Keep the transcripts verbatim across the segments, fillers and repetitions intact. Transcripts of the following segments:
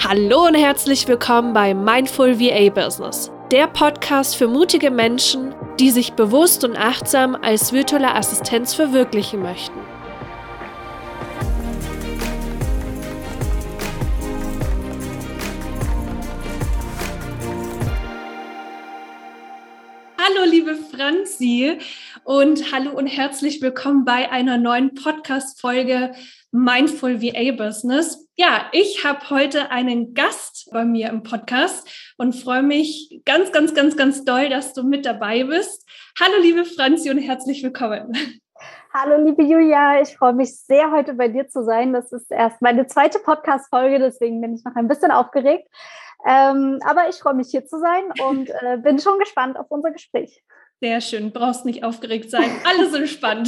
Hallo und herzlich willkommen bei Mindful V A Business, der Podcast für mutige Menschen, die sich bewusst und achtsam als virtuelle Assistenz verwirklichen möchten. Hallo liebe Franzi und hallo und herzlich willkommen bei einer neuen Podcast-Folge Mindful V A Business. Ja, ich habe heute einen Gast bei mir im Podcast und freue mich ganz, ganz, ganz, ganz doll, dass du mit dabei bist. Hallo liebe Franzi und herzlich willkommen. Hallo liebe Julia, ich freue mich sehr, heute bei dir zu sein. Das ist erst meine zweite Podcast-Folge, deswegen bin ich noch ein bisschen aufgeregt. Ähm, aber ich freue mich, hier zu sein und äh, bin schon gespannt auf unser Gespräch. Sehr schön, brauchst nicht aufgeregt sein, alles entspannt.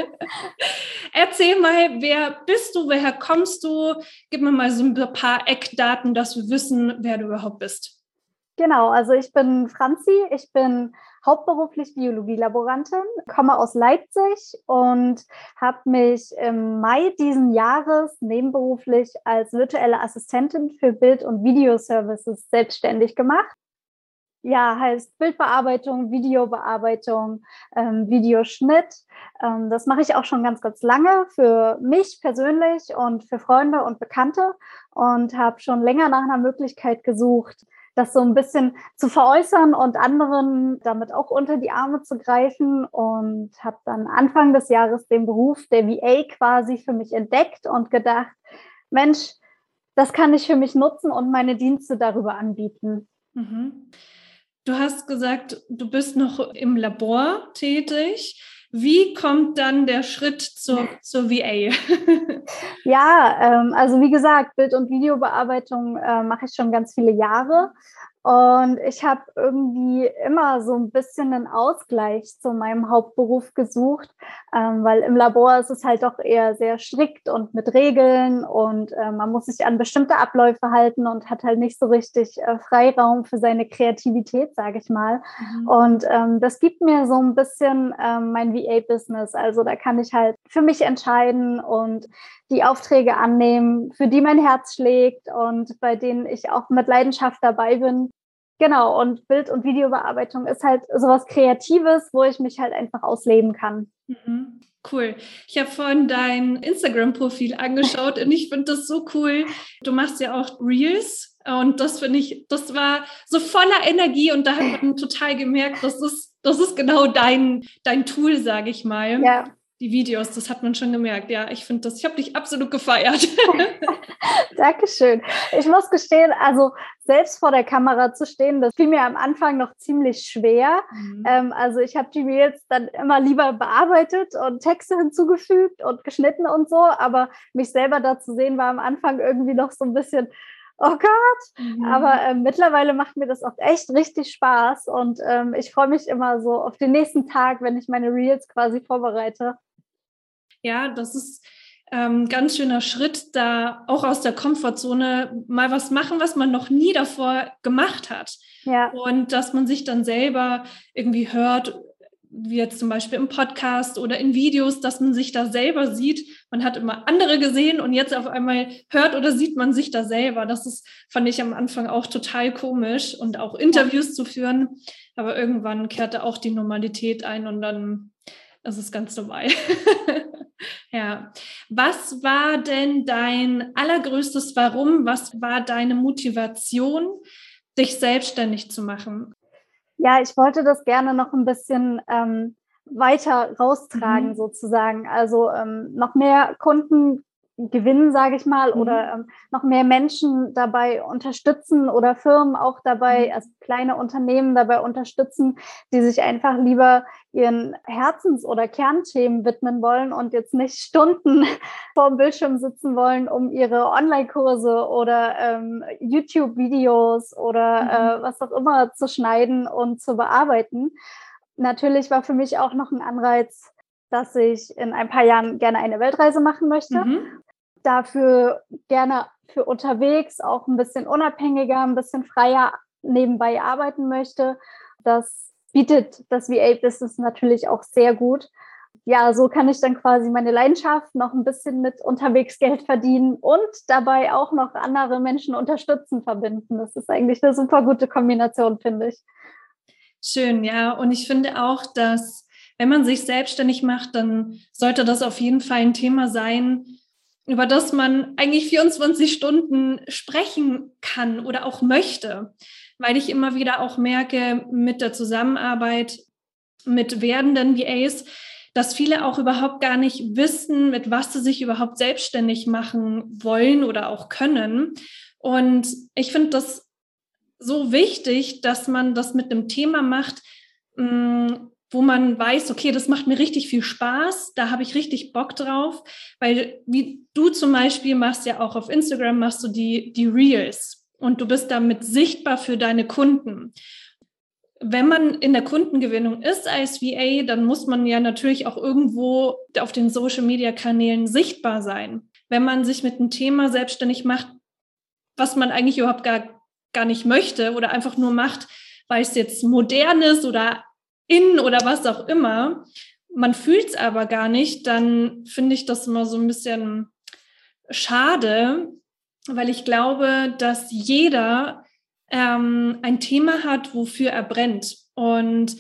Erzähl mal, wer bist du, woher kommst du? Gib mir mal so ein paar Eckdaten, dass wir wissen, wer du überhaupt bist. Genau, also ich bin Franzi, ich bin hauptberuflich Biologielaborantin, komme aus Leipzig und habe mich im Mai diesen Jahres nebenberuflich als virtuelle Assistentin für Bild- und Videoservices selbstständig gemacht. Ja, heißt Bildbearbeitung, Videobearbeitung, ähm, Videoschnitt. Ähm, das mache ich auch schon ganz, ganz lange für mich persönlich und für Freunde und Bekannte und habe schon länger nach einer Möglichkeit gesucht, das so ein bisschen zu veräußern und anderen damit auch unter die Arme zu greifen und habe dann Anfang des Jahres den Beruf der V A quasi für mich entdeckt und gedacht, Mensch, das kann ich für mich nutzen und meine Dienste darüber anbieten. Mhm. Du hast gesagt, du bist noch im Labor tätig. Wie kommt dann der Schritt zur, zur V A? Ja, ähm, also wie gesagt, Bild- und Videobearbeitung äh, mache ich schon ganz viele Jahre. Und ich habe irgendwie immer so ein bisschen einen Ausgleich zu meinem Hauptberuf gesucht, ähm, weil im Labor ist es halt doch eher sehr strikt und mit Regeln und äh, man muss sich an bestimmte Abläufe halten und hat halt nicht so richtig äh, Freiraum für seine Kreativität, sage ich mal. Mhm. Und ähm, das gibt mir so ein bisschen ähm, mein V A-Business. Also da kann ich halt für mich entscheiden und die Aufträge annehmen, für die mein Herz schlägt und bei denen ich auch mit Leidenschaft dabei bin. Genau, und Bild- und Videobearbeitung ist halt sowas Kreatives, wo ich mich halt einfach ausleben kann. Mhm. Cool. Ich habe vorhin dein Instagram-Profil angeschaut und ich finde das so cool. Du machst ja auch Reels und das finde ich, das war so voller Energie und da hat man total gemerkt, das ist, das ist genau dein, dein Tool, sage ich mal. Ja. Die Videos, das hat man schon gemerkt. Ja, ich finde das, ich habe dich absolut gefeiert. Dankeschön. Ich muss gestehen, also selbst vor der Kamera zu stehen, das fiel mir am Anfang noch ziemlich schwer. Mhm. Ähm, also ich habe die Reels dann immer lieber bearbeitet und Texte hinzugefügt und geschnitten und so, aber mich selber da zu sehen, war am Anfang irgendwie noch so ein bisschen, oh Gott, mhm. aber ähm, mittlerweile macht mir das auch echt richtig Spaß und ähm, ich freue mich immer so auf den nächsten Tag, wenn ich meine Reels quasi vorbereite. Ja, das ist ein ähm, ganz schöner Schritt, da auch aus der Komfortzone mal was machen, was man noch nie davor gemacht hat. Ja. Und dass man sich dann selber irgendwie hört, wie jetzt zum Beispiel im Podcast oder in Videos, dass man sich da selber sieht. Man hat immer andere gesehen und jetzt auf einmal hört oder sieht man sich da selber. Das ist, fand ich am Anfang auch total komisch und auch Interviews ja. zu führen. Aber irgendwann kehrte auch die Normalität ein und dann ist es ganz normal. Ja. Was war denn dein allergrößtes Warum? Was war deine Motivation, dich selbstständig zu machen? Ja, ich wollte das gerne noch ein bisschen ähm, weiter raustragen, mhm. sozusagen. Also ähm, noch mehr Kunden gewinnen, sage ich mal, mhm. oder ähm, noch mehr Menschen dabei unterstützen oder Firmen auch dabei, mhm. also kleine Unternehmen dabei unterstützen, die sich einfach lieber ihren Herzens- oder Kernthemen widmen wollen und jetzt nicht Stunden vor dem Bildschirm sitzen wollen, um ihre Online-Kurse oder ähm, YouTube-Videos oder mhm. äh, was auch immer zu schneiden und zu bearbeiten. Natürlich war für mich auch noch ein Anreiz, dass ich in ein paar Jahren gerne eine Weltreise machen möchte. Mhm. Dafür gerne für unterwegs auch ein bisschen unabhängiger, ein bisschen freier nebenbei arbeiten möchte. Das bietet das V A-Business natürlich auch sehr gut. ja, so kann ich dann quasi meine Leidenschaft noch ein bisschen mit unterwegs Geld verdienen und dabei auch noch andere Menschen unterstützen, verbinden. Das ist eigentlich eine super gute Kombination, finde ich. Schön, ja. Und ich finde auch, dass wenn man sich selbstständig macht, dann sollte das auf jeden Fall ein Thema sein, über das man eigentlich vierundzwanzig Stunden sprechen kann oder auch möchte. Weil ich immer wieder auch merke mit der Zusammenarbeit mit werdenden V As, dass viele auch überhaupt gar nicht wissen, mit was sie sich überhaupt selbstständig machen wollen oder auch können. Und ich finde das so wichtig, dass man das mit einem Thema macht, wo man weiß, okay, das macht mir richtig viel Spaß, da habe ich richtig Bock drauf, weil wie du zum Beispiel machst ja auch auf Instagram, machst du die, die Reels und du bist damit sichtbar für deine Kunden. Wenn man in der Kundengewinnung ist als V A, dann muss man ja natürlich auch irgendwo auf den Social-Media-Kanälen sichtbar sein. Wenn man sich mit einem Thema selbstständig macht, was man eigentlich überhaupt gar, gar nicht möchte oder einfach nur macht, weil es jetzt modern ist oder in oder was auch immer, man fühlt es aber gar nicht, dann finde ich das immer so ein bisschen schade, weil ich glaube, dass jeder ähm, ein Thema hat, wofür er brennt. Und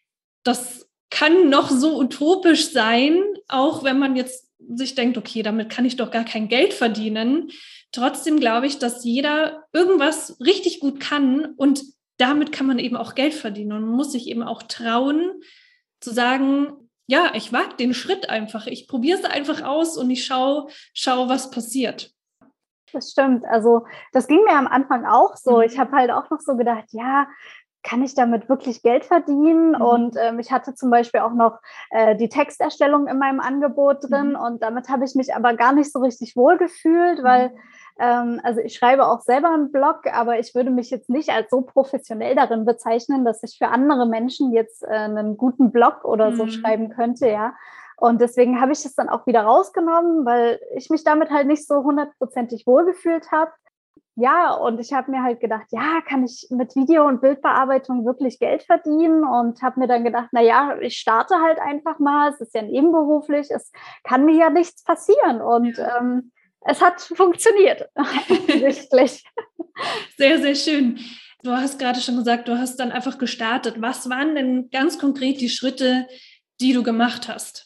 das kann noch so utopisch sein, auch wenn man jetzt sich denkt, okay, damit kann ich doch gar kein Geld verdienen. Trotzdem glaube ich, dass jeder irgendwas richtig gut kann und damit kann man eben auch Geld verdienen. Und man muss sich eben auch trauen, zu sagen, ja, ich wage den Schritt einfach. Ich probiere es einfach aus und ich schaue, schau, was passiert. Das stimmt. Also das ging mir am Anfang auch so. Mhm. Ich habe halt auch noch so gedacht, ja, kann ich damit wirklich Geld verdienen? Mhm. Und ähm, ich hatte zum Beispiel auch noch äh, die Texterstellung in meinem Angebot drin. Mhm. Und damit habe ich mich aber gar nicht so richtig wohl gefühlt, mhm. weil ähm, also ich schreibe auch selber einen Blog, aber ich würde mich jetzt nicht als so professionell darin bezeichnen, dass ich für andere Menschen jetzt äh, einen guten Blog oder mhm. so schreiben könnte, ja. Und deswegen habe ich das dann auch wieder rausgenommen, weil ich mich damit halt nicht so hundertprozentig wohlgefühlt habe. Ja, und ich habe mir halt gedacht, ja, kann ich mit Video- und Bildbearbeitung wirklich Geld verdienen? Und habe mir dann gedacht, na ja, ich starte halt einfach mal. Es ist ja nebenberuflich, es kann mir ja nichts passieren. Und ja. ähm, es hat funktioniert, offensichtlich. Sehr, sehr schön. Du hast gerade schon gesagt, du hast dann einfach gestartet. Was waren denn ganz konkret die Schritte, die du gemacht hast?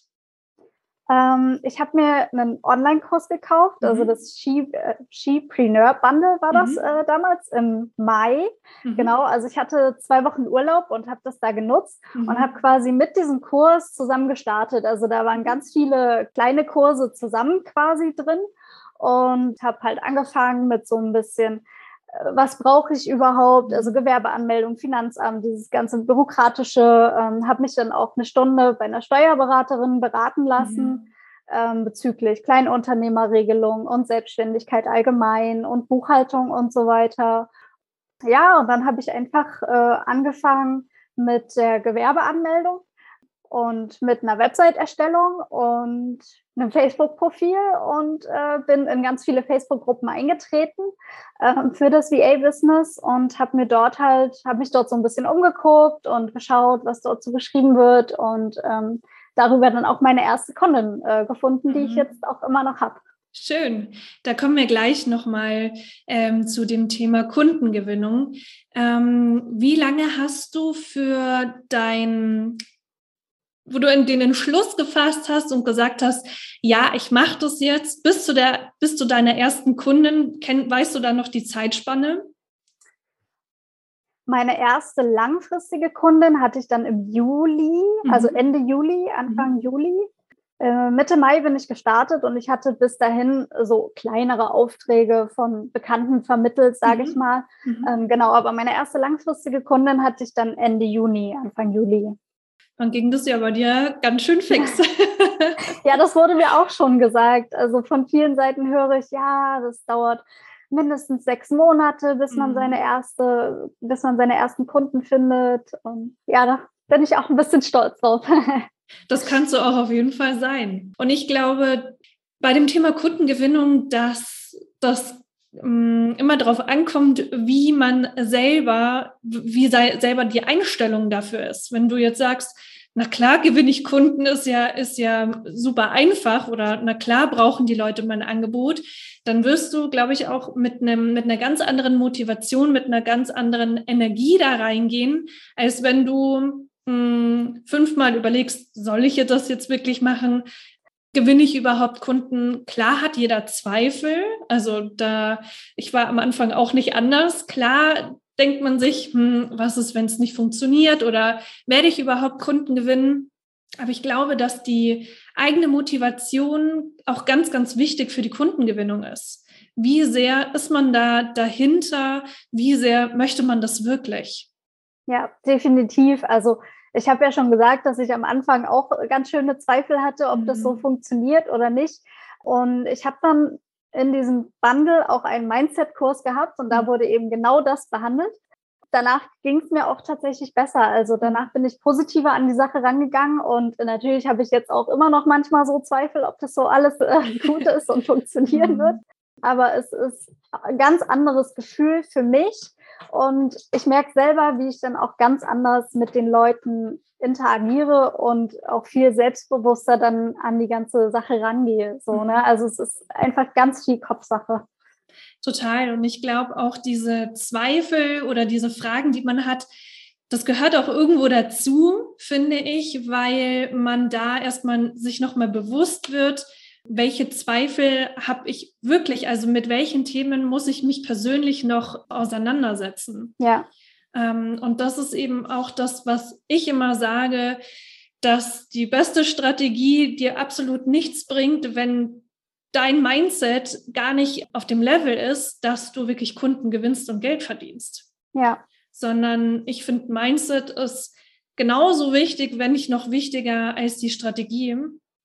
Ähm, ich habe mir einen Online-Kurs gekauft, mhm. also das She, äh, Shepreneur Bundle war das mhm. äh, damals im Mai. Mhm. Genau, also ich hatte zwei Wochen Urlaub und habe das da genutzt mhm. und habe quasi mit diesem Kurs zusammen gestartet. Also da waren ganz viele kleine Kurse zusammen quasi drin und habe halt angefangen mit so ein bisschen, was brauche ich überhaupt, also Gewerbeanmeldung, Finanzamt, dieses ganze Bürokratische, ähm, habe mich dann auch eine Stunde bei einer Steuerberaterin beraten lassen mhm. ähm, bezüglich Kleinunternehmerregelung und Selbstständigkeit allgemein und Buchhaltung und so weiter. Ja, und dann habe ich einfach äh, angefangen mit der Gewerbeanmeldung und mit einer Website-Erstellung und einem Facebook-Profil und äh, bin in ganz viele Facebook-Gruppen eingetreten äh, für das V A-Business und habe mir dort halt, habe mich dort so ein bisschen umgeguckt und geschaut, was dort so geschrieben wird und ähm, darüber dann auch meine erste Kundin äh, gefunden, die mhm. ich jetzt auch immer noch habe. Schön. Da kommen wir gleich nochmal ähm, zu dem Thema Kundengewinnung. Ähm, wie lange hast du für dein wo du den Entschluss gefasst hast und gesagt hast, ja, ich mache das jetzt, bis zu der, bis zu deiner ersten Kundin, kenn, weißt du da noch die Zeitspanne? Meine erste langfristige Kundin hatte ich dann im Juli, mhm. also Ende Juli, Anfang mhm. Juli. Äh, Mitte Mai bin ich gestartet und ich hatte bis dahin so kleinere Aufträge von Bekannten vermittelt, sage mhm. ich mal. Mhm. Ähm, genau, aber meine erste langfristige Kundin hatte ich dann Ende Juni, Anfang Juli. Dann ging das ja bei dir ganz schön fix. Ja, das wurde mir auch schon gesagt. Also von vielen Seiten höre ich, ja, das dauert mindestens sechs Monate, bis man seine erste, bis man seine ersten Kunden findet. Und ja, da bin ich auch ein bisschen stolz drauf. Das kannst du auch auf jeden Fall sein. Und ich glaube, bei dem Thema Kundengewinnung, dass das immer darauf ankommt, wie man selber, wie sei, selber die Einstellung dafür ist. Wenn du jetzt sagst, na klar, gewinne ich Kunden, ist ja, ist ja super einfach oder na klar brauchen die Leute mein Angebot, dann wirst du, glaube ich, auch mit einem, mit einer ganz anderen Motivation, mit einer ganz anderen Energie da reingehen, als wenn du mh, fünfmal überlegst, soll ich das jetzt wirklich machen? Gewinne ich überhaupt Kunden? Klar hat jeder Zweifel. Also da, ich war am Anfang auch nicht anders. Klar denkt man sich, hm, was ist, wenn es nicht funktioniert oder werde ich überhaupt Kunden gewinnen? Aber ich glaube, dass die eigene Motivation auch ganz, ganz wichtig für die Kundengewinnung ist. Wie sehr ist man da dahinter? Wie sehr möchte man das wirklich? Ja, definitiv. Also ich habe ja schon gesagt, dass ich am Anfang auch ganz schöne Zweifel hatte, ob mhm. das so funktioniert oder nicht. Und ich habe dann in diesem Bundle auch einen Mindset-Kurs gehabt und da wurde eben genau das behandelt. Danach ging es mir auch tatsächlich besser. Also danach bin ich positiver an die Sache rangegangen und natürlich habe ich jetzt auch immer noch manchmal so Zweifel, ob das so alles äh, gut ist und funktionieren wird. Aber es ist ein ganz anderes Gefühl für mich und ich merke selber, wie ich dann auch ganz anders mit den Leuten interagiere und auch viel selbstbewusster dann an die ganze Sache rangehe. So, ne? Also es ist einfach ganz viel Kopfsache. Total. Und ich glaube auch diese Zweifel oder diese Fragen, die man hat, das gehört auch irgendwo dazu, finde ich, weil man da erstmal sich nochmal bewusst wird, welche Zweifel habe ich wirklich, also mit welchen Themen muss ich mich persönlich noch auseinandersetzen. Ja. Ähm, und das ist eben auch das, was ich immer sage, dass die beste Strategie dir absolut nichts bringt, wenn dein Mindset gar nicht auf dem Level ist, dass du wirklich Kunden gewinnst und Geld verdienst. Ja. Sondern ich finde, Mindset ist genauso wichtig, wenn nicht noch wichtiger als die Strategie.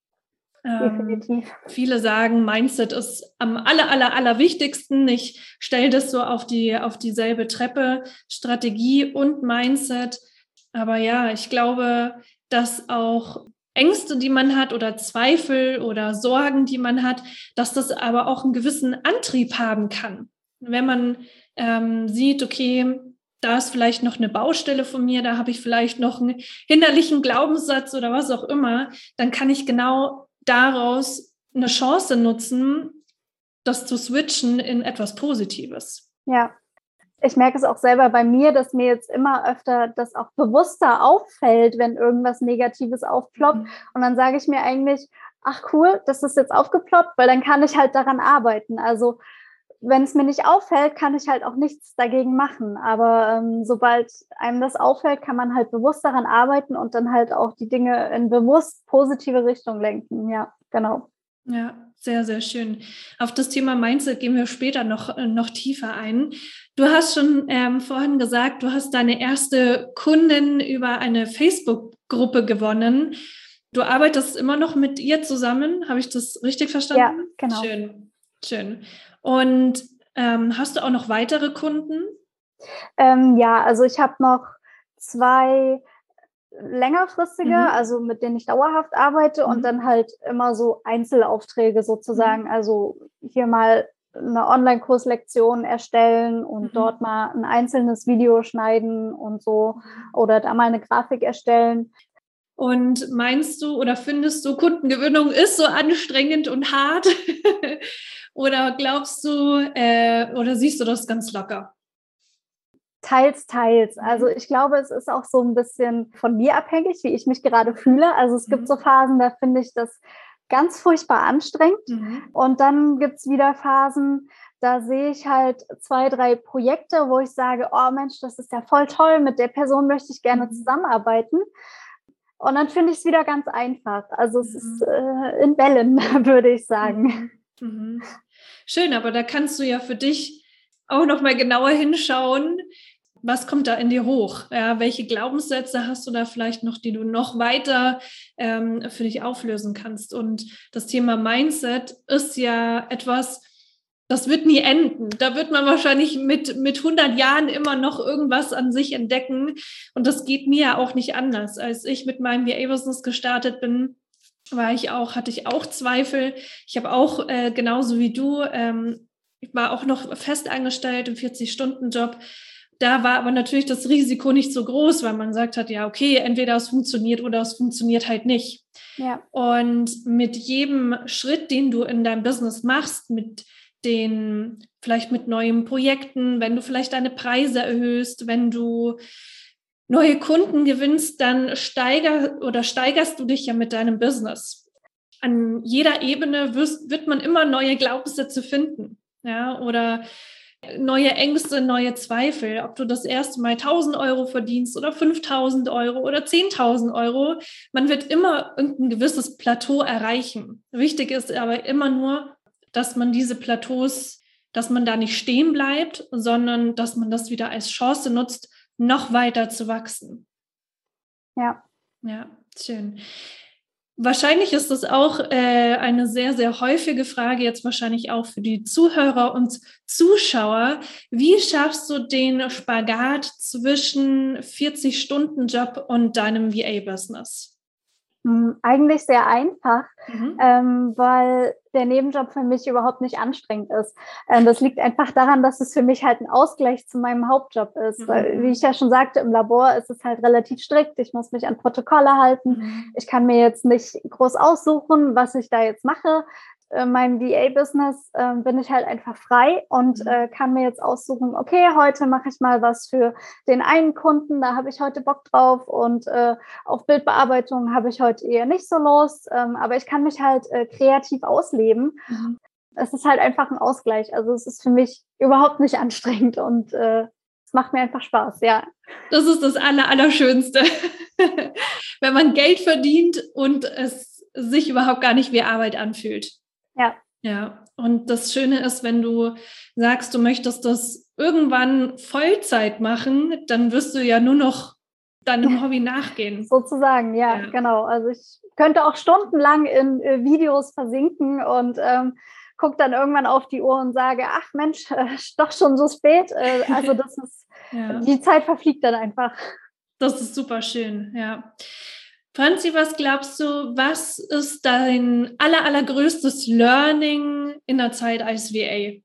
Definitiv. Ähm, viele sagen, Mindset ist am aller, aller, aller wichtigsten. Ich stelle das so auf die, auf dieselbe Treppe, Strategie und Mindset. Aber ja, ich glaube, dass auch Ängste, die man hat oder Zweifel oder Sorgen, die man hat, dass das aber auch einen gewissen Antrieb haben kann. Wenn man ähm, sieht, okay, da ist vielleicht noch eine Baustelle von mir, da habe ich vielleicht noch einen hinderlichen Glaubenssatz oder was auch immer, dann kann ich genau daraus eine Chance nutzen, das zu switchen in etwas Positives. Ja. Ich merke es auch selber bei mir, dass mir jetzt immer öfter das auch bewusster auffällt, wenn irgendwas Negatives aufploppt. Mhm. Und dann sage ich mir eigentlich, ach cool, das ist jetzt aufgeploppt, weil dann kann ich halt daran arbeiten. Also wenn es mir nicht auffällt, kann ich halt auch nichts dagegen machen. Aber ähm, sobald einem das auffällt, kann man halt bewusst daran arbeiten und dann halt auch die Dinge in bewusst positive Richtung lenken. Ja, genau. Ja, sehr, sehr schön. Auf das Thema Mindset gehen wir später noch, noch tiefer ein. Du hast schon ähm, vorhin gesagt, du hast deine erste Kundin über eine Facebook-Gruppe gewonnen. Du arbeitest immer noch mit ihr zusammen. Habe ich das richtig verstanden? Ja, genau. Schön, schön. Und ähm, hast du auch noch weitere Kunden? Ähm, ja, also ich habe noch zwei längerfristige, mhm. also mit denen ich dauerhaft arbeite mhm. und dann halt immer so Einzelaufträge sozusagen, mhm. also hier mal eine Online-Kurslektion erstellen und mhm. dort mal ein einzelnes Video schneiden und so oder da mal eine Grafik erstellen. Und meinst du oder findest du, Kundengewinnung ist so anstrengend und hart? Oder glaubst du äh, oder siehst du das ganz locker? Teils, teils. Also ich glaube, es ist auch so ein bisschen von mir abhängig, wie ich mich gerade fühle. Also es mhm. gibt so Phasen, da finde ich das ganz furchtbar anstrengend. Mhm. Und dann gibt es wieder Phasen, da sehe ich halt zwei, drei Projekte, wo ich sage, oh Mensch, das ist ja voll toll, mit der Person möchte ich gerne mhm. zusammenarbeiten. Und dann finde ich es wieder ganz einfach. Also es mhm. ist äh, in Wellen, würde ich sagen. Mhm. Mhm. Schön, aber da kannst du ja für dich auch noch mal genauer hinschauen, was kommt da in dir hoch? Ja, welche Glaubenssätze hast du da vielleicht noch, die du noch weiter ähm, für dich auflösen kannst? Und das Thema Mindset ist ja etwas, das wird nie enden. Da wird man wahrscheinlich mit, mit hundert Jahren immer noch irgendwas an sich entdecken. Und das geht mir ja auch nicht anders. Als ich mit meinem V A-Business gestartet bin, war ich auch, hatte ich auch Zweifel. Ich habe auch äh, genauso wie du, ähm, ich war auch noch fest angestellt im vierzig-Stunden-Job. Da war aber natürlich das Risiko nicht so groß, weil man gesagt hat, ja, okay, entweder es funktioniert oder es funktioniert halt nicht. Ja. Und mit jedem Schritt, den du in deinem Business machst, mit den, vielleicht mit neuen Projekten, wenn du vielleicht deine Preise erhöhst, wenn du neue Kunden gewinnst, dann steiger oder steigerst du dich ja mit deinem Business. An jeder Ebene wirst, wird man immer neue Glaubenssätze finden, ja, oder neue Ängste, neue Zweifel, ob du das erste Mal tausend Euro verdienst oder fünftausend Euro oder zehntausend Euro. Man wird immer irgendein gewisses Plateau erreichen. Wichtig ist aber immer nur, dass man diese Plateaus, dass man da nicht stehen bleibt, sondern dass man das wieder als Chance nutzt, noch weiter zu wachsen. Ja. Ja, schön. Wahrscheinlich ist das auch äh, eine sehr, sehr häufige Frage, jetzt wahrscheinlich auch für die Zuhörer und Zuschauer. Wie schaffst du den Spagat zwischen vierzig-Stunden-Job und deinem V A-Business? Eigentlich sehr einfach, Mhm. ähm, weil der Nebenjob für mich überhaupt nicht anstrengend ist. Ähm, das liegt einfach daran, dass es für mich halt ein Ausgleich zu meinem Hauptjob ist. Mhm. Weil, wie ich ja schon sagte, im Labor ist es halt relativ strikt. Ich muss mich an Protokolle halten. Mhm. Ich kann mir jetzt nicht groß aussuchen, was ich da jetzt mache. In meinem V A-Business äh, bin ich halt einfach frei und mhm. äh, kann mir jetzt aussuchen, okay, heute mache ich mal was für den einen Kunden, da habe ich heute Bock drauf und äh, auf Bildbearbeitung habe ich heute eher nicht so Lust, ähm, aber ich kann mich halt äh, kreativ ausleben. Mhm. Es ist halt einfach ein Ausgleich, also es ist für mich überhaupt nicht anstrengend und äh, es macht mir einfach Spaß, ja. Das ist das Aller, Allerschönste, wenn man Geld verdient und es sich überhaupt gar nicht wie Arbeit anfühlt. Ja. Ja, und das Schöne ist, wenn du sagst, du möchtest das irgendwann Vollzeit machen, dann wirst du ja nur noch deinem Hobby nachgehen. Sozusagen, ja, ja, genau. Also ich könnte auch stundenlang in äh, Videos versinken und ähm, gucke dann irgendwann auf die Uhr und sage, ach Mensch, äh, doch schon so spät. Äh, also das ist, ja. Die Zeit verfliegt dann einfach. Das ist super schön, ja. Franzi, was glaubst du, was ist dein aller, allergrößtes Learning in der Zeit als V A?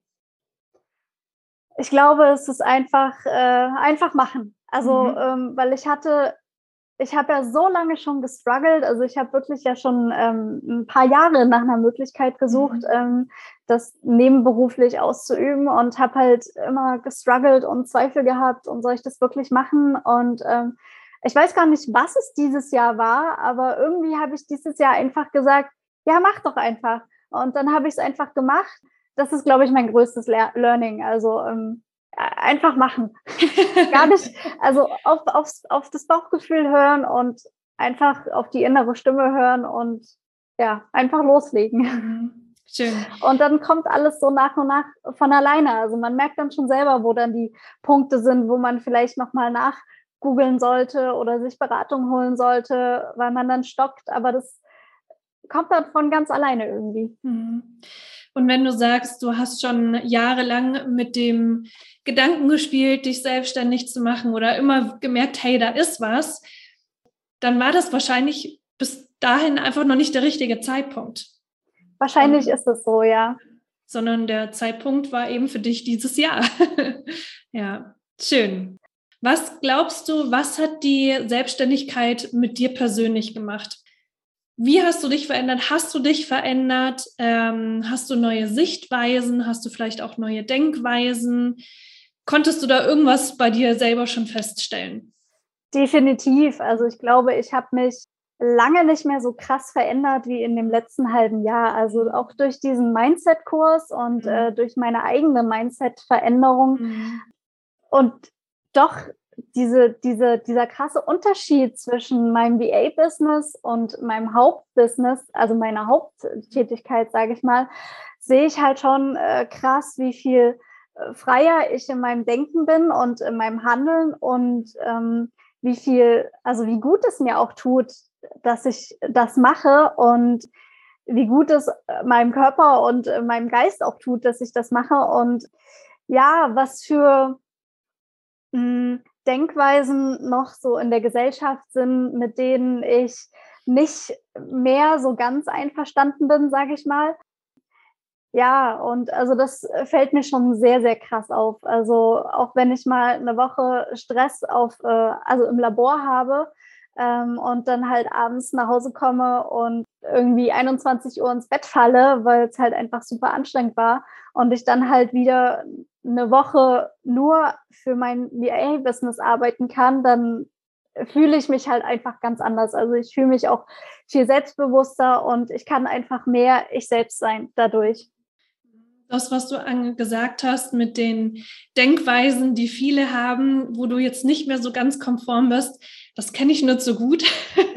Ich glaube, es ist einfach, äh, einfach machen. Also, mhm. ähm, weil ich hatte, ich habe ja so lange schon gestruggelt, also ich habe wirklich ja schon ähm, ein paar Jahre nach einer Möglichkeit gesucht, mhm. ähm, das nebenberuflich auszuüben und habe halt immer gestruggelt und Zweifel gehabt und soll ich das wirklich machen und ähm, ich weiß gar nicht, was es dieses Jahr war, aber irgendwie habe ich dieses Jahr einfach gesagt, ja, mach doch einfach. Und dann habe ich es einfach gemacht. Das ist, glaube ich, mein größtes Le- Learning. Also ähm, einfach machen. Gar nicht, also auf, aufs, auf das Bauchgefühl hören und einfach auf die innere Stimme hören und ja, einfach loslegen. Mhm. Schön. Und dann kommt alles so nach und nach von alleine. Also man merkt dann schon selber, wo dann die Punkte sind, wo man vielleicht nochmal nach googeln sollte oder sich Beratung holen sollte, weil man dann stockt, aber das kommt dann von ganz alleine irgendwie. Und wenn du sagst, du hast schon jahrelang mit dem Gedanken gespielt, dich selbstständig zu machen oder immer gemerkt, hey, da ist was, dann war das wahrscheinlich bis dahin einfach noch nicht der richtige Zeitpunkt. Wahrscheinlich Und, ist es so, ja. Sondern der Zeitpunkt war eben für dich dieses Jahr. Ja, schön. Was glaubst du, was hat die Selbstständigkeit mit dir persönlich gemacht? Wie hast du dich verändert? Hast du dich verändert? Ähm, hast du neue Sichtweisen? Hast du vielleicht auch neue Denkweisen? Konntest du da irgendwas bei dir selber schon feststellen? Definitiv. Also ich glaube, ich habe mich lange nicht mehr so krass verändert wie in dem letzten halben Jahr. Also auch durch diesen Mindset-Kurs und mhm. äh, durch meine eigene Mindset-Veränderung. Mhm. Und doch diese, diese, dieser krasse Unterschied zwischen meinem V A-Business und meinem Hauptbusiness, also meiner Haupttätigkeit, sage ich mal, sehe ich halt schon äh, krass, wie viel äh, freier ich in meinem Denken bin und in meinem Handeln und ähm, wie viel, also wie gut es mir auch tut, dass ich das mache und wie gut es meinem Körper und meinem Geist auch tut, dass ich das mache und ja, was für mh, Denkweisen noch so in der Gesellschaft sind, mit denen ich nicht mehr so ganz einverstanden bin, sage ich mal. Ja, und also das fällt mir schon sehr, sehr krass auf. Also auch wenn ich mal eine Woche Stress auf, äh, also im Labor habe ähm, und dann halt abends nach Hause komme und irgendwie einundzwanzig Uhr ins Bett falle, weil es halt einfach super anstrengend war und ich dann halt wieder eine Woche nur für mein V A-Business arbeiten kann, dann fühle ich mich halt einfach ganz anders. Also ich fühle mich auch viel selbstbewusster und ich kann einfach mehr ich selbst sein dadurch. Das, was du gesagt hast mit den Denkweisen, die viele haben, wo du jetzt nicht mehr so ganz konform bist, das kenne ich nur zu gut.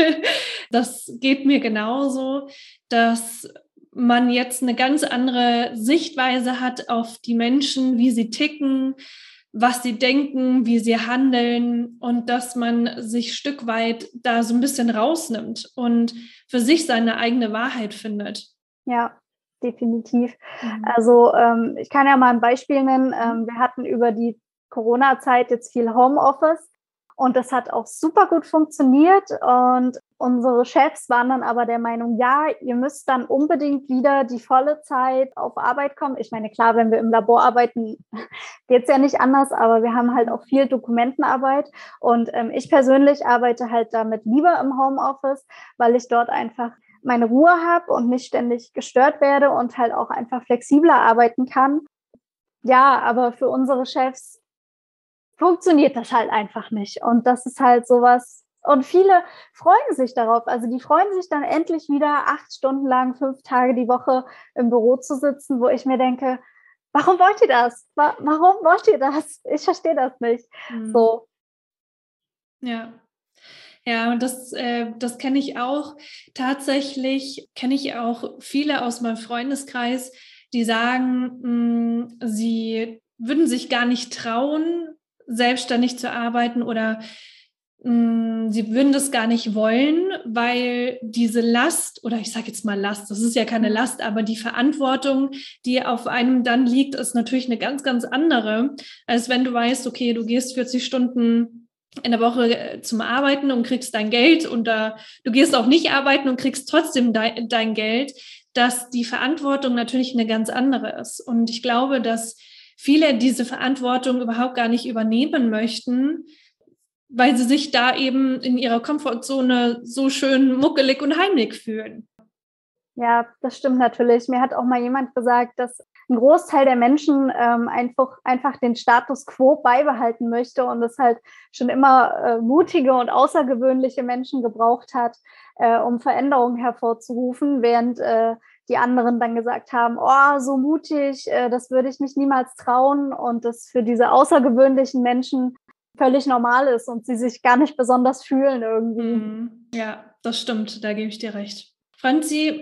Das geht mir genauso, dass man jetzt eine ganz andere Sichtweise hat auf die Menschen, wie sie ticken, was sie denken, wie sie handeln und dass man sich Stück weit da so ein bisschen rausnimmt und für sich seine eigene Wahrheit findet. Ja, definitiv. Mhm. Also ähm, ich kann ja mal ein Beispiel nennen. Ähm, wir hatten über die Corona-Zeit jetzt viel Homeoffice und das hat auch super gut funktioniert und unsere Chefs waren dann aber der Meinung, ja, ihr müsst dann unbedingt wieder die volle Zeit auf Arbeit kommen. Ich meine, klar, wenn wir im Labor arbeiten, geht es ja nicht anders, aber wir haben halt auch viel Dokumentenarbeit und ähm, ich persönlich arbeite halt damit lieber im Homeoffice, weil ich dort einfach meine Ruhe habe und nicht ständig gestört werde und halt auch einfach flexibler arbeiten kann. Ja, aber für unsere Chefs funktioniert das halt einfach nicht. Und das ist halt sowas, und viele freuen sich darauf. Also die freuen sich dann endlich wieder acht Stunden lang, fünf Tage die Woche im Büro zu sitzen, wo ich mir denke, warum wollt ihr das? Warum wollt ihr das? Ich verstehe das nicht. Mhm. So. Ja. Ja, und das, äh, das kenne ich auch. Tatsächlich kenne ich auch viele aus meinem Freundeskreis, die sagen, mh, sie würden sich gar nicht trauen, selbstständig zu arbeiten oder mh, sie würden das gar nicht wollen, weil diese Last, oder ich sage jetzt mal Last, das ist ja keine Last, aber die Verantwortung, die auf einem dann liegt, ist natürlich eine ganz, ganz andere, als wenn du weißt, okay, du gehst vierzig Stunden in der Woche zum Arbeiten und kriegst dein Geld und da, du gehst auch nicht arbeiten und kriegst trotzdem dein, dein Geld, dass die Verantwortung natürlich eine ganz andere ist. Und ich glaube, dass viele diese Verantwortung überhaupt gar nicht übernehmen möchten, weil sie sich da eben in ihrer Komfortzone so schön muckelig und heimlich fühlen. Ja, das stimmt natürlich. Mir hat auch mal jemand gesagt, dass ein Großteil der Menschen ähm, einfach, einfach den Status quo beibehalten möchte und es halt schon immer äh, mutige und außergewöhnliche Menschen gebraucht hat, äh, um Veränderungen hervorzurufen, während äh, die anderen dann gesagt haben, oh, so mutig, äh, das würde ich mich niemals trauen und das für diese außergewöhnlichen Menschen völlig normal ist und sie sich gar nicht besonders fühlen irgendwie. Ja, das stimmt, da gebe ich dir recht. Franzi,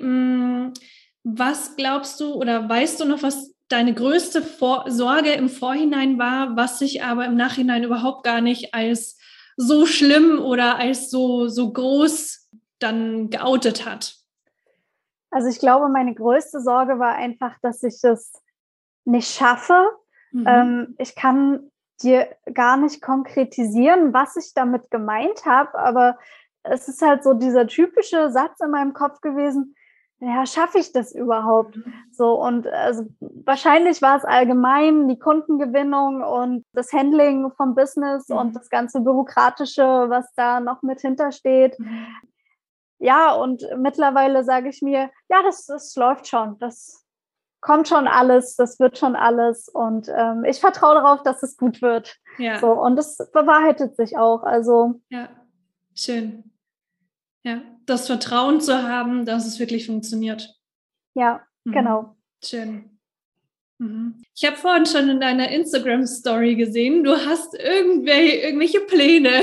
was glaubst du oder weißt du noch, was deine größte Vor- Sorge im Vorhinein war, was sich aber im Nachhinein überhaupt gar nicht als so schlimm oder als so, so groß dann geoutet hat? Also ich glaube, meine größte Sorge war einfach, dass ich das nicht schaffe. Mhm. Ähm, ich kann dir gar nicht konkretisieren, was ich damit gemeint habe, aber es ist halt so dieser typische Satz in meinem Kopf gewesen, ja, schaffe ich das überhaupt? Mhm. So, und also wahrscheinlich war es allgemein die Kundengewinnung und das Handling vom Business mhm. und das ganze Bürokratische, was da noch mit hintersteht. Mhm. Ja, und mittlerweile sage ich mir, ja, das, das läuft schon, das kommt schon alles, das wird schon alles und ähm, ich vertraue darauf, dass es gut wird. Ja. So, und das bewahrheitet sich auch. Also ja, schön. Ja, das Vertrauen zu haben, dass es wirklich funktioniert. Ja, mhm. genau. Schön. Mhm. Ich habe vorhin schon in deiner Instagram-Story gesehen, du hast irgendwelche, irgendwelche Pläne.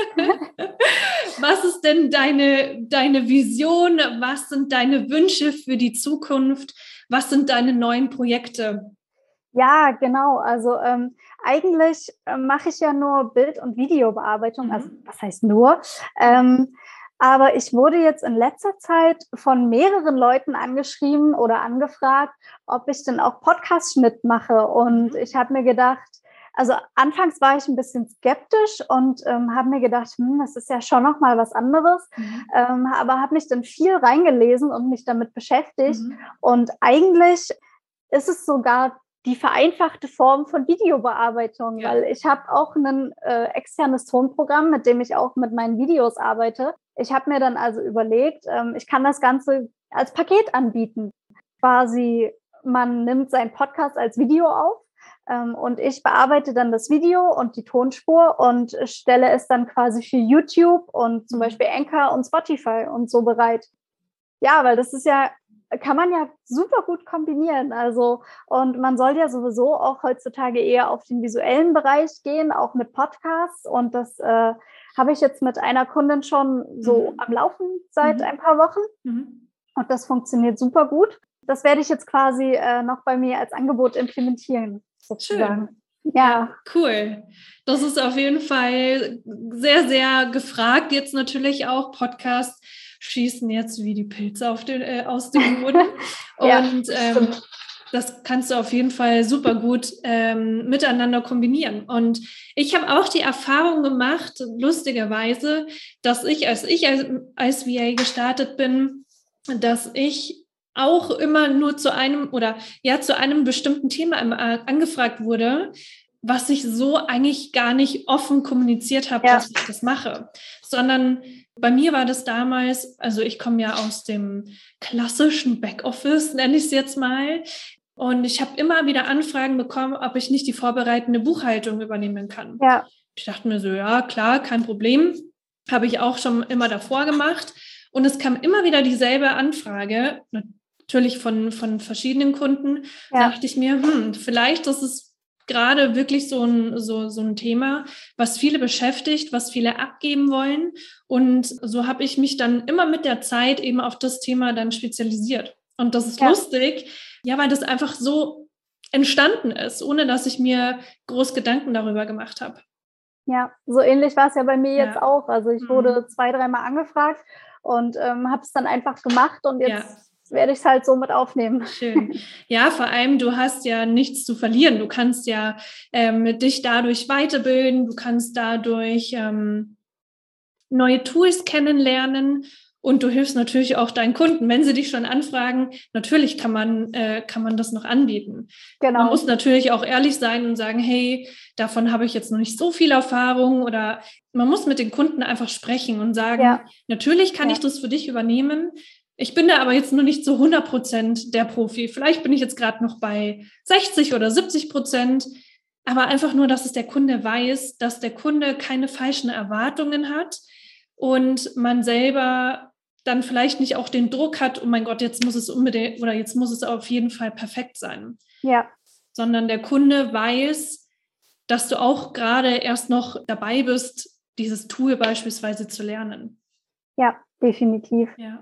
Was ist denn deine, deine Vision? Was sind deine Wünsche für die Zukunft? Was sind deine neuen Projekte? Ja, genau. Also ähm, eigentlich äh, mache ich ja nur Bild- und Videobearbeitung. Mhm. Also was heißt nur? Ähm, aber ich wurde jetzt in letzter Zeit von mehreren Leuten angeschrieben oder angefragt, ob ich denn auch Podcast-Schnitt mache. Und mhm. ich habe mir gedacht, also anfangs war ich ein bisschen skeptisch und ähm, habe mir gedacht, hm, das ist ja schon noch mal was anderes. Mhm. Ähm, aber habe mich dann viel reingelesen und mich damit beschäftigt. Mhm. Und eigentlich ist es sogar die vereinfachte Form von Videobearbeitung, ja. Weil ich habe auch ein äh, externes Tonprogramm, mit dem ich auch mit meinen Videos arbeite. Ich habe mir dann also überlegt, ähm, ich kann das Ganze als Paket anbieten. Quasi, man nimmt seinen Podcast als Video auf ähm, und ich bearbeite dann das Video und die Tonspur und stelle es dann quasi für YouTube und zum Beispiel Anchor und Spotify und so bereit. Ja, weil das ist ja, kann man ja super gut kombinieren. Also, und man soll ja sowieso auch heutzutage eher auf den visuellen Bereich gehen, auch mit Podcasts. Und das äh, habe ich jetzt mit einer Kundin schon so mhm. am Laufen seit mhm. ein paar Wochen. Mhm. Und das funktioniert super gut. Das werde ich jetzt quasi äh, noch bei mir als Angebot implementieren, sozusagen. Schön. Ja. ja, cool. Das ist auf jeden Fall sehr, sehr gefragt. Jetzt natürlich auch Podcasts schießen jetzt wie die Pilze auf den, äh, aus dem Boden. Und ja, ähm, das kannst du auf jeden Fall super gut ähm, miteinander kombinieren. Und ich habe auch die Erfahrung gemacht, lustigerweise, dass ich, als ich als, als V A gestartet bin, dass ich auch immer nur zu einem oder ja zu einem bestimmten Thema angefragt wurde, was ich so eigentlich gar nicht offen kommuniziert habe, ja. dass ich das mache, sondern bei mir war das damals, also ich komme ja aus dem klassischen Backoffice, nenne ich es jetzt mal, und ich habe immer wieder Anfragen bekommen, ob ich nicht die vorbereitende Buchhaltung übernehmen kann. Ja. Ich dachte mir so, ja klar, kein Problem, habe ich auch schon immer davor gemacht, und es kam immer wieder dieselbe Anfrage, natürlich von, von verschiedenen Kunden. Ja. Da dachte ich mir, hm, vielleicht ist es gerade wirklich so ein, so, so ein Thema, was viele beschäftigt, was viele abgeben wollen. Und so habe ich mich dann immer mit der Zeit eben auf das Thema dann spezialisiert. Und das ist ja. lustig, ja, weil das einfach so entstanden ist, ohne dass ich mir groß Gedanken darüber gemacht habe. Ja, so ähnlich war es ja bei mir ja. jetzt auch. Also ich wurde mhm. zwei, dreimal angefragt und ähm, habe es dann einfach gemacht und jetzt ja. werde ich es halt so mit aufnehmen. Schön. Ja, vor allem, du hast ja nichts zu verlieren. Du kannst ja ähm, dich dadurch weiterbilden, du kannst dadurch ähm, neue Tools kennenlernen und du hilfst natürlich auch deinen Kunden, wenn sie dich schon anfragen. Natürlich kann man, äh, kann man das noch anbieten. Genau. Man muss natürlich auch ehrlich sein und sagen, hey, davon habe ich jetzt noch nicht so viel Erfahrung, oder man muss mit den Kunden einfach sprechen und sagen, ja. natürlich kann ja. ich das für dich übernehmen. Ich bin da aber jetzt nur nicht zu hundert Prozent der Profi. Vielleicht bin ich jetzt gerade noch bei sechzig oder siebzig Prozent, aber einfach nur, dass es der Kunde weiß, dass der Kunde keine falschen Erwartungen hat und man selber dann vielleicht nicht auch den Druck hat, oh mein Gott, jetzt muss es unbedingt oder jetzt muss es auf jeden Fall perfekt sein. Ja. Sondern der Kunde weiß, dass du auch gerade erst noch dabei bist, dieses Tool beispielsweise zu lernen. Ja, definitiv. Ja.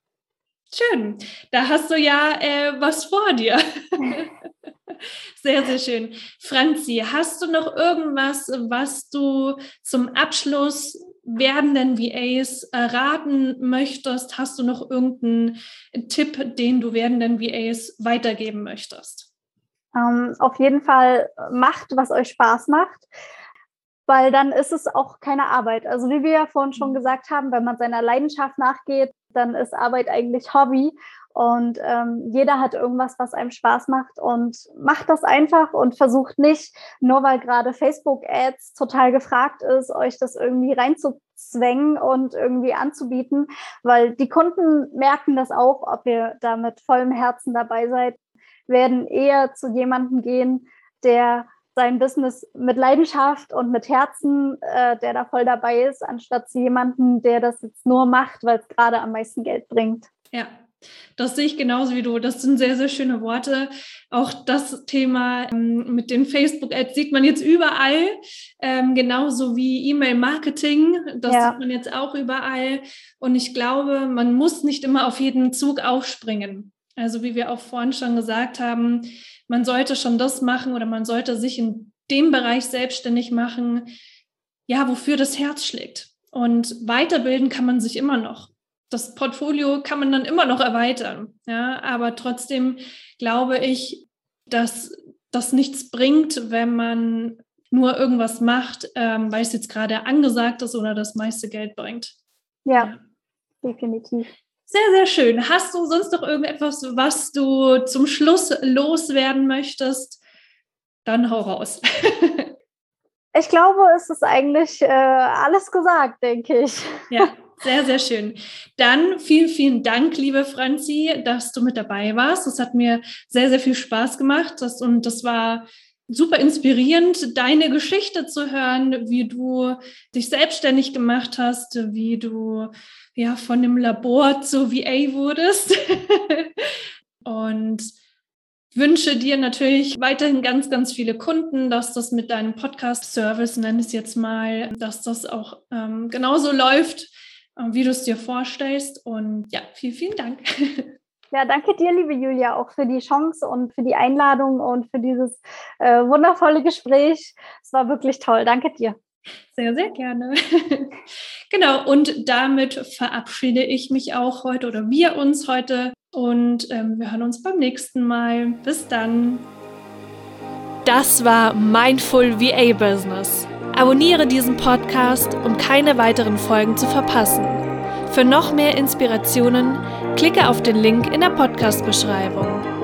Schön, da hast du ja äh, was vor dir. Sehr, sehr schön. Franzi, hast du noch irgendwas, was du zum Abschluss werdenden V As äh, raten möchtest? Hast du noch irgendeinen Tipp, den du werdenden V As weitergeben möchtest? Um, auf jeden Fall macht, was euch Spaß macht, weil dann ist es auch keine Arbeit. Also wie wir ja vorhin schon gesagt haben, wenn man seiner Leidenschaft nachgeht, dann ist Arbeit eigentlich Hobby. Und ähm, jeder hat irgendwas, was einem Spaß macht, und macht das einfach und versucht nicht, nur weil gerade Facebook-Ads total gefragt ist, euch das irgendwie reinzuzwängen und irgendwie anzubieten, weil die Kunden merken das auch, ob ihr da mit vollem Herzen dabei seid, werden eher zu jemandem gehen, der sein Business mit Leidenschaft und mit Herzen, äh, der da voll dabei ist, anstatt zu jemandem, der das jetzt nur macht, weil es gerade am meisten Geld bringt. Ja. Das sehe ich genauso wie du. Das sind sehr, sehr schöne Worte. Auch das Thema ähm, mit den Facebook-Ads sieht man jetzt überall, ähm, genauso wie E-Mail-Marketing. Das ja. sieht man jetzt auch überall. Und ich glaube, man muss nicht immer auf jeden Zug aufspringen. Also wie wir auch vorhin schon gesagt haben, man sollte schon das machen oder man sollte sich in dem Bereich selbstständig machen, ja, wofür das Herz schlägt. Und weiterbilden kann man sich immer noch. Das Portfolio kann man dann immer noch erweitern, ja, aber trotzdem glaube ich, dass das nichts bringt, wenn man nur irgendwas macht, ähm, weil es jetzt gerade angesagt ist oder das meiste Geld bringt. Ja, ja. Definitiv. Sehr, sehr schön. Hast du sonst noch irgendetwas, was du zum Schluss loswerden möchtest? Dann hau raus. Ich glaube, es ist eigentlich äh, alles gesagt, denke ich. Ja, sehr, sehr schön. Dann vielen, vielen Dank, liebe Franzi, dass du mit dabei warst. Das hat mir sehr, sehr viel Spaß gemacht. Das, und das war super inspirierend, deine Geschichte zu hören, wie du dich selbstständig gemacht hast, wie du ja von dem Labor zur V A wurdest. Und wünsche dir natürlich weiterhin ganz, ganz viele Kunden, dass das mit deinem Podcast-Service, nenne ich es jetzt mal, dass das auch ähm, genauso läuft, äh, wie du es dir vorstellst. Und ja, vielen, vielen Dank. Ja, danke dir, liebe Julia, auch für die Chance und für die Einladung und für dieses äh, wundervolle Gespräch. Es war wirklich toll. Danke dir. Sehr, sehr gerne. Genau, und damit verabschiede ich mich auch heute oder wir uns heute und ähm, wir hören uns beim nächsten Mal. Bis dann. Das war Mindful V A Business. Abonniere diesen Podcast, um keine weiteren Folgen zu verpassen. Für noch mehr Inspirationen klicke auf den Link in der Podcast-Beschreibung.